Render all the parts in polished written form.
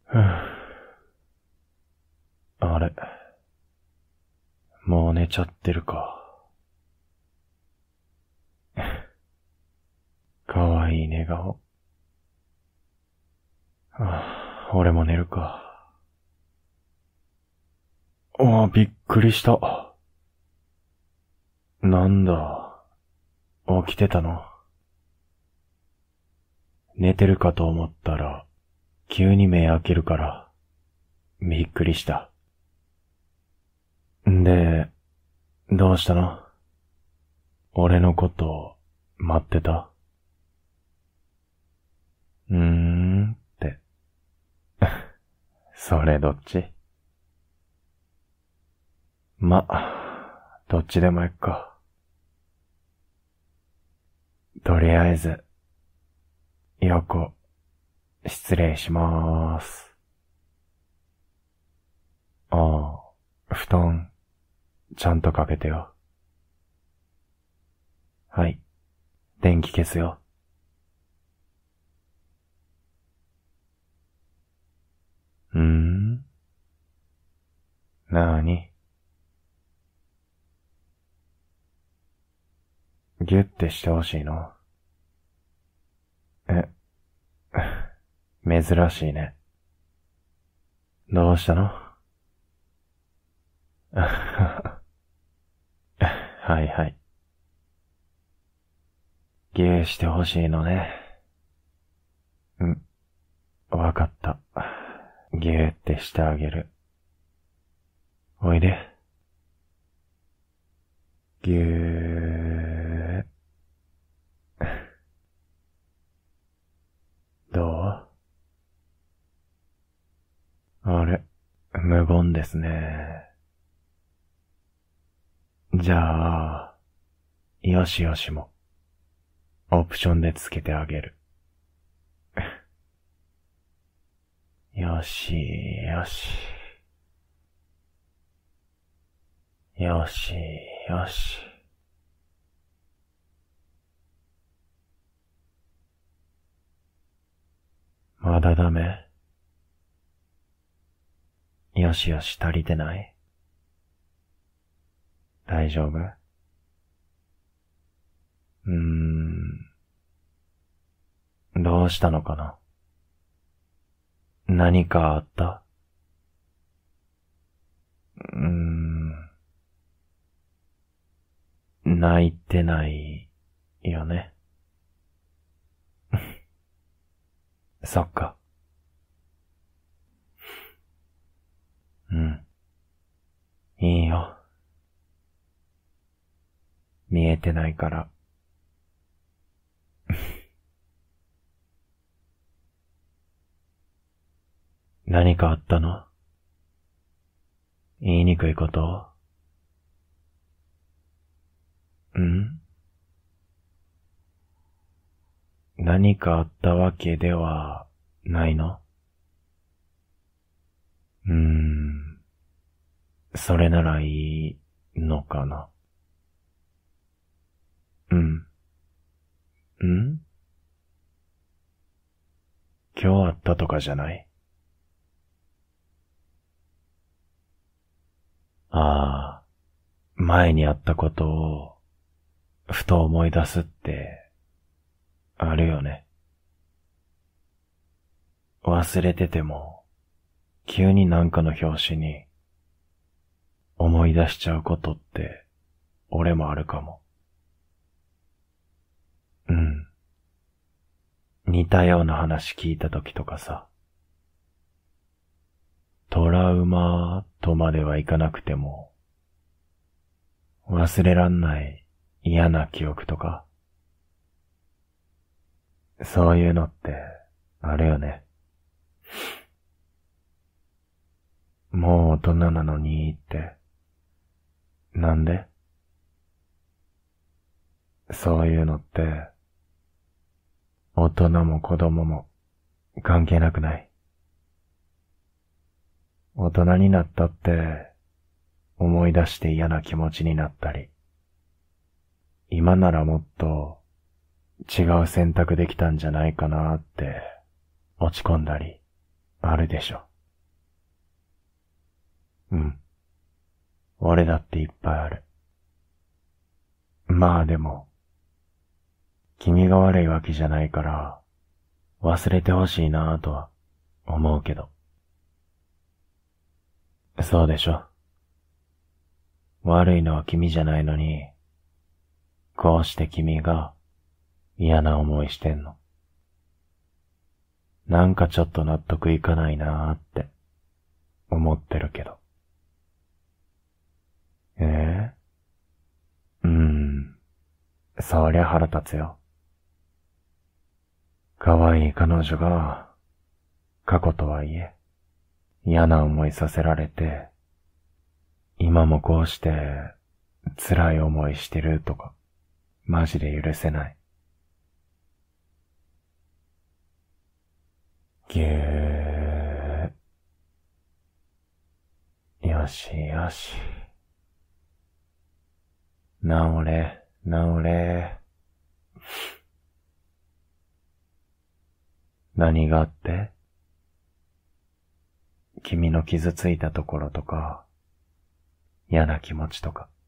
ふぅあれ、もう寝ちゃってるか。かわいい寝顔。俺も寝るか。びっくりした。なんだ、起きてたの？寝てるかと思ったら、急に目開けるから、びっくりした。で、どうしたの？俺のこと待ってた？って。それどっち？どっちでもいっか。とりあえず、横、失礼しまーす。布団、ちゃんとかけてよ。はい、電気消すよ。なーに？ギュッてしてほしいの？珍しいね。どうしたの？はいはい。ギューしてほしいのね。わかった。ギューってしてあげる。おいで。ぎゅー。どう？あれ、無言ですね。じゃあ、よしよしも、オプションでつけてあげる。よしよし。よしよし。まだダメ？よしよし足りてない？大丈夫？どうしたのかな？何かあった？泣いてないよね。そっか。いいよ。見えてないから。何かあったの？言いにくいこと？何かあったわけではないの？それならいいのかな？今日あったとかじゃない？前にあったことを、ふと思い出すって、あるよね。忘れてても、急になんかの拍子に、思い出しちゃうことって、俺もあるかも。似たような話聞いた時とかさ、トラウマとまではいかなくても、忘れらんない嫌な記憶とか、そういうのってあるよね。もう大人なのにって、なんで？そういうのって、大人も子供も関係なくない？大人になったって、思い出して嫌な気持ちになったり、今ならもっと違う選択できたんじゃないかなって落ち込んだり、 あるでしょ。うん。俺だっていっぱいある。まあでも、君が悪いわけじゃないから、忘れてほしいなぁとは思うけど。そうでしょ。悪いのは君じゃないのに、こうして君が嫌な思いしてんの。なんかちょっと納得いかないなーって思ってるけど。えそりゃ腹立つよ。可愛い彼女が、過去とはいえ、嫌な思いさせられて、今もこうして辛い思いしてるとか、マジで許せない。ぎゅー。よしよし。治れ、治れ。何があって？君の傷ついたところとか、嫌な気持ちとか。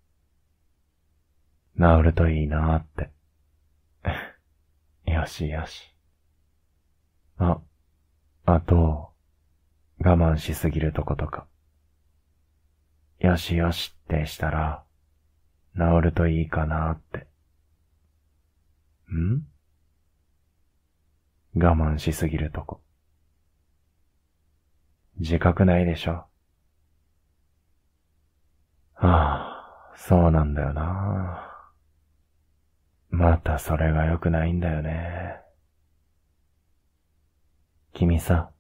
治るといいなーって。よしよし。あと、我慢しすぎるとことか。よしよしってしたら、治るといいかなーって。我慢しすぎるとこ。自覚ないでしょ。そうなんだよな。またそれが良くないんだよね。君さ、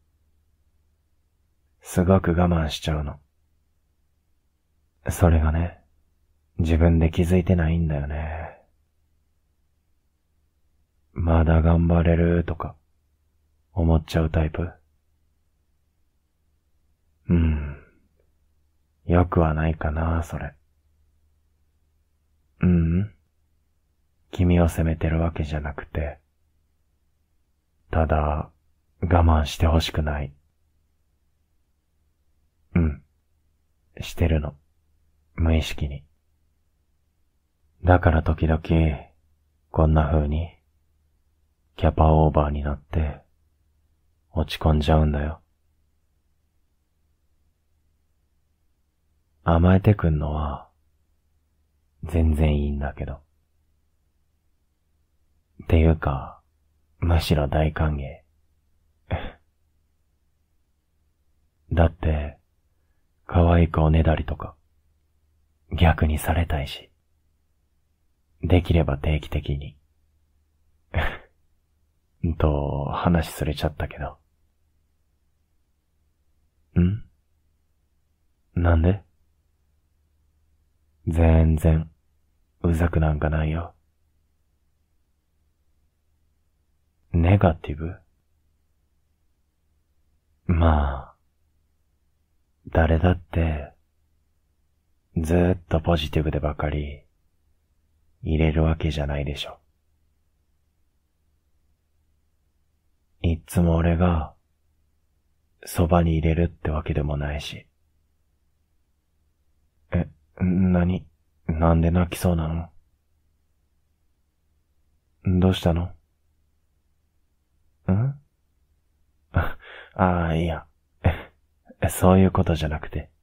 すごく我慢しちゃうの。それがね、自分で気づいてないんだよね。まだ頑張れるとか、思っちゃうタイプ？よくはないかな、それ。君を責めてるわけじゃなくて、ただ、我慢してほしくない。してるの。無意識に。だから時々、こんな風に、キャパオーバーになって、落ち込んじゃうんだよ。甘えてくんのは、全然いいんだけど。っていうか、むしろ大歓迎。だって、可愛くおねだりとか、逆にされたいし。できれば定期的に。話すれちゃったけど。なんで？全然、うざくなんかないよ。ネガティブ？まあ、誰だって、ずーっとポジティブでばかり、入れるわけじゃないでしょ。いっつも俺が、そばに入れるってわけでもないし。なんで泣きそうなの？どうしたの？いや。そういうことじゃなくて。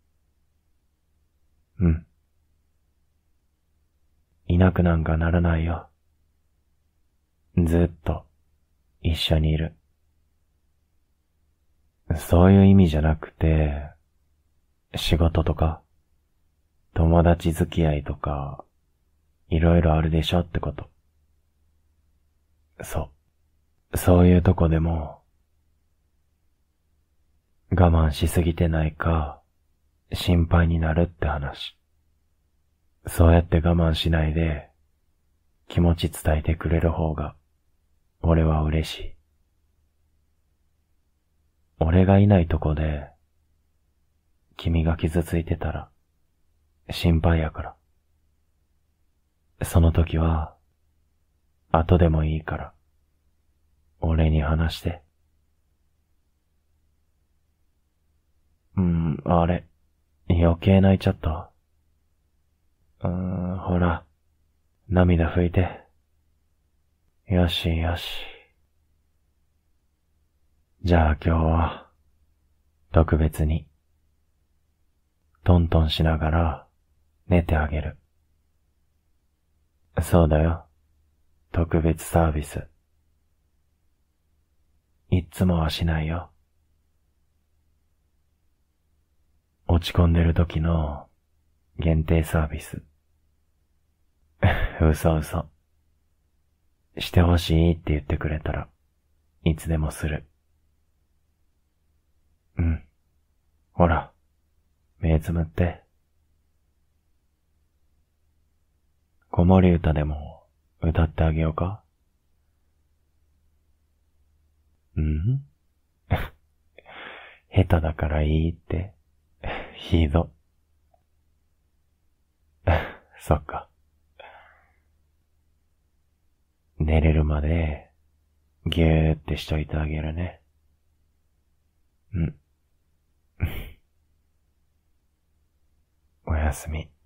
いなくなんかならないよ。ずっと、一緒にいる。そういう意味じゃなくて、仕事とか、友達付き合いとか、いろいろあるでしょってこと。そういうとこでも、我慢しすぎてないか、心配になるって話。そうやって我慢しないで、気持ち伝えてくれる方が、俺は嬉しい。俺がいないとこで、君が傷ついてたら、心配やから。その時は、後でもいいから、俺に話して。 あれ、余計泣いちゃった。ほら、涙拭いて。よしよし。じゃあ今日は、特別に、トントンしながら寝てあげる。そうだよ。特別サービス。いっつもはしないよ。落ち込んでる時の限定サービス。嘘嘘。してほしいって言ってくれたらいつでもする。うん。ほら、目つむって。子守歌でも歌ってあげようか。ん下手だからいいって。ひど。そっか。寝れるまでぎゅーってしといてあげるね。うん。おやすみ。